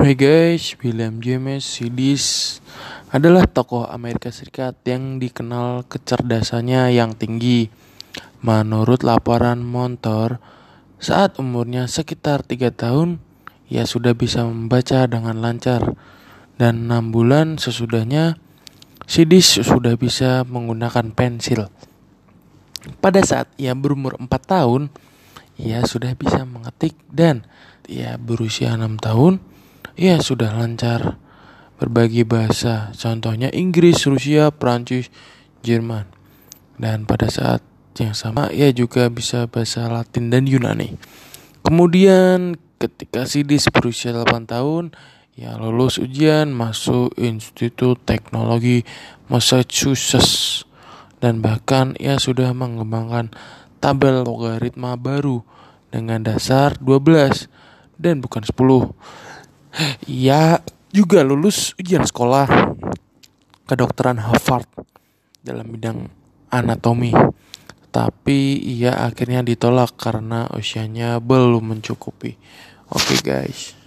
Hey guys, William James Sidis adalah tokoh Amerika Serikat yang dikenal kecerdasannya yang tinggi. Menurut laporan Montor, saat umurnya sekitar 3 tahun, ia sudah bisa membaca dengan lancar. Dan 6 bulan sesudahnya, Sidis sudah bisa menggunakan pensil. Pada saat ia berumur 4 tahun, ia sudah bisa mengetik dan ia berusia 6 tahun, ia sudah lancar berbagai bahasa, contohnya Inggris, Rusia, Prancis, Jerman. Dan pada saat yang sama ia juga bisa bahasa Latin dan Yunani. Kemudian ketika Sidis berusia 8 tahun, ia lulus ujian masuk Institut Teknologi Massachusetts. Dan bahkan ia sudah mengembangkan tabel logaritma baru dengan dasar 12 dan bukan 10. Ia juga lulus ujian sekolah kedokteran Harvard dalam bidang anatomi. Tapi ia akhirnya ditolak karena usianya belum mencukupi. Oke guys.